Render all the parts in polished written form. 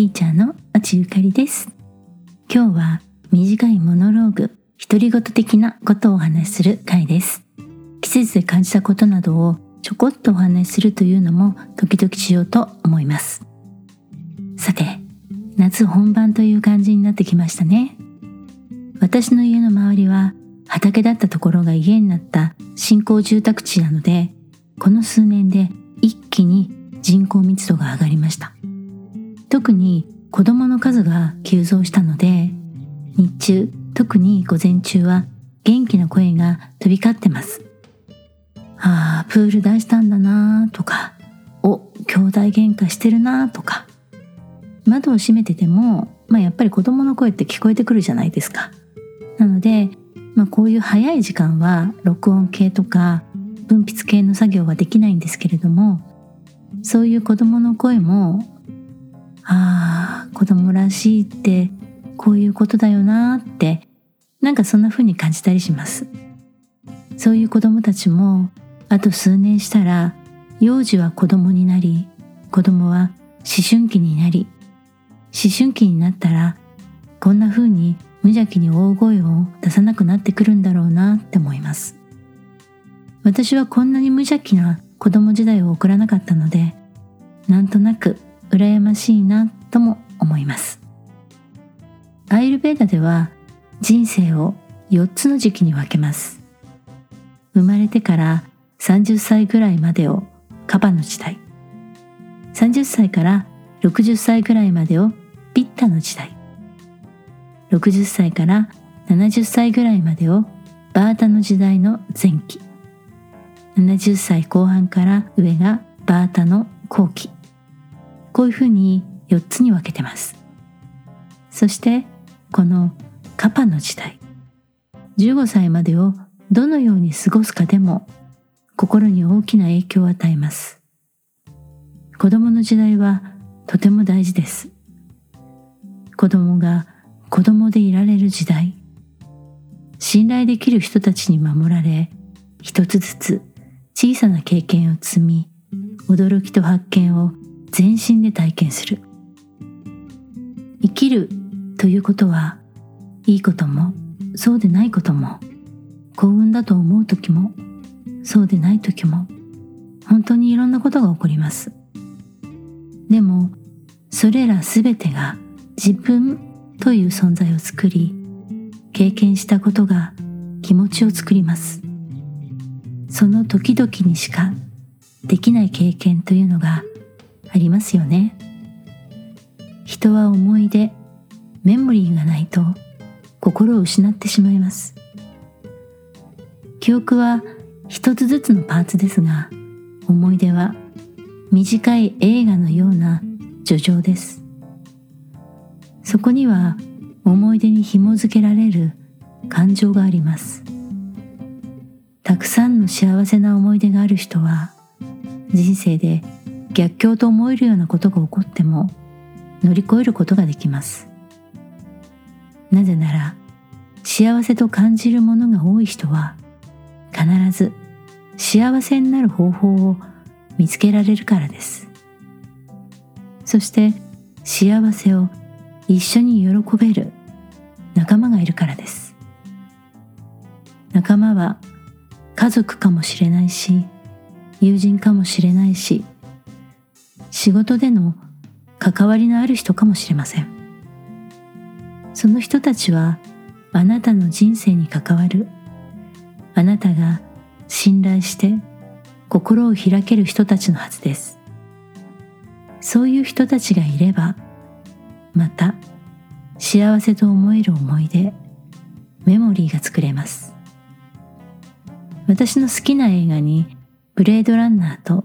ーチャーの越智ゆかりです。今日は短いモノローグ、独り言的なことをお話しする回です。季節で感じたことなどをちょこっとお話しするというのも時々しようと思います。さて、夏本番という感じになってきましたね。私の家の周りは畑だったところが家になった新興住宅地なので、この数年で一気に人口密度が上がりました。特に子供の数が急増したので、日中、特に午前中は元気な声が飛び交ってます。プール出したんだなとか、兄弟喧嘩してるなとか、窓を閉めてても、やっぱり子供の声って聞こえてくるじゃないですか。なので、こういう早い時間は録音系とか分泌系の作業はできないんですけれども、そういう子供の声も、子供らしいってこういうことだよなって、そんな風に感じたりします。そういう子供たちもあと数年したら、幼児は子供になり、子供は思春期になり、思春期になったらこんな風に無邪気に大声を出さなくなってくるんだろうなって思います。私はこんなに無邪気な子供時代を送らなかったので、なんとなく羨ましいなとも思います。アイルベーダでは人生を4つの時期に分けます。生まれてから30歳ぐらいまでをカバの時代、30歳から60歳ぐらいまでをピッタの時代、60歳から70歳ぐらいまでをバータの時代の前期、70歳後半から上がバータの後期、こういうふうに4つに分けてます。そしてこのカパの時代、15歳までをどのように過ごすかでも心に大きな影響を与えます。子供の時代はとても大事です。子供が子供でいられる時代、信頼できる人たちに守られ、一つずつ小さな経験を積み、驚きと発見を全身で体験する。生きるということは、いいこともそうでないことも、幸運だと思う時もそうでない時も、本当にいろんなことが起こります。でもそれらすべてが自分という存在を作り、経験したことが気持ちを作ります。その時々にしかできない経験というのがありますよね。人は思い出、メモリーがないと心を失ってしまいます。記憶は一つずつのパーツですが、思い出は短い映画のような叙情です。そこには思い出に紐づけられる感情があります。たくさんの幸せな思い出がある人は、人生で逆境と思えるようなことが起こっても乗り越えることができます。なぜなら、幸せと感じるものが多い人は必ず幸せになる方法を見つけられるからです。そして幸せを一緒に喜べる仲間がいるからです。仲間は家族かもしれないし、友人かもしれないし、仕事での関わりのある人かもしれません。その人たちはあなたの人生に関わる、あなたが信頼して心を開ける人たちのはずです。そういう人たちがいれば、また幸せと思える思い出、メモリーが作れます。私の好きな映画にブレードランナーと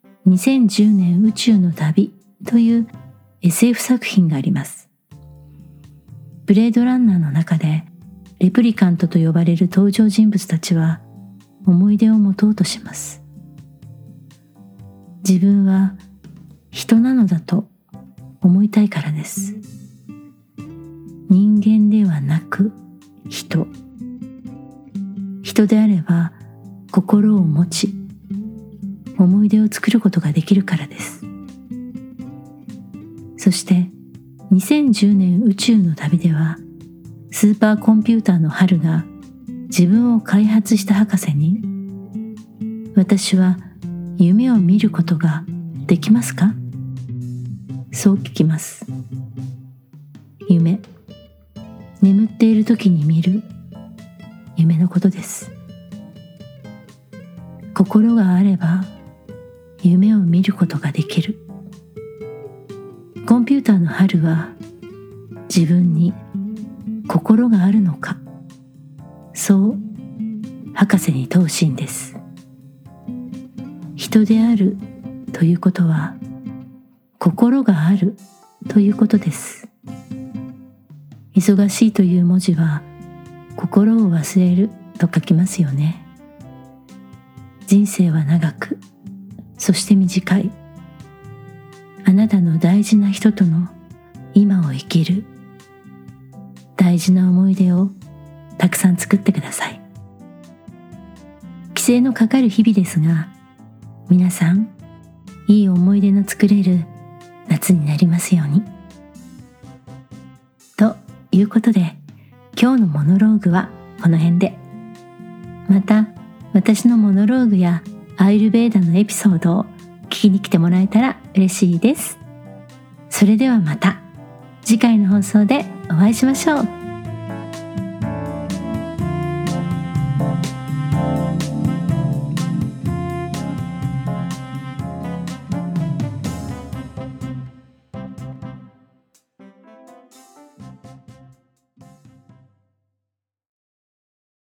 2010年宇宙の旅という SF 作品があります。ブレードランナーの中でレプリカントと呼ばれる登場人物たちは思い出を持とうとします。自分は人なのだと思いたいからです。人間ではなく人。人であれば心を持ち、思い出を作ることができるからです。そして 2010年宇宙の旅では、スーパーコンピューターのハルが自分を開発した博士に、私は夢を見ることができますか？そう聞きます。夢、眠っている時に見る夢のことです。心があれば夢を見ることができる。コンピューターのハルは自分に心があるのか、そう博士に問うシーンです。人であるということは心があるということです。忙しいという文字は心を忘れると書きますよね。人生は長く、そして短い。あなたの大事な人との今を生きる。大事な思い出をたくさん作ってください。規制のかかる日々ですが、皆さん、いい思い出の作れる夏になりますように。ということで、今日のモノローグはこの辺で。また、私のモノローグやアイルベーダのエピソードを聞きに来てもらえたら嬉しいです。それではまた次回の放送でお会いしましょう。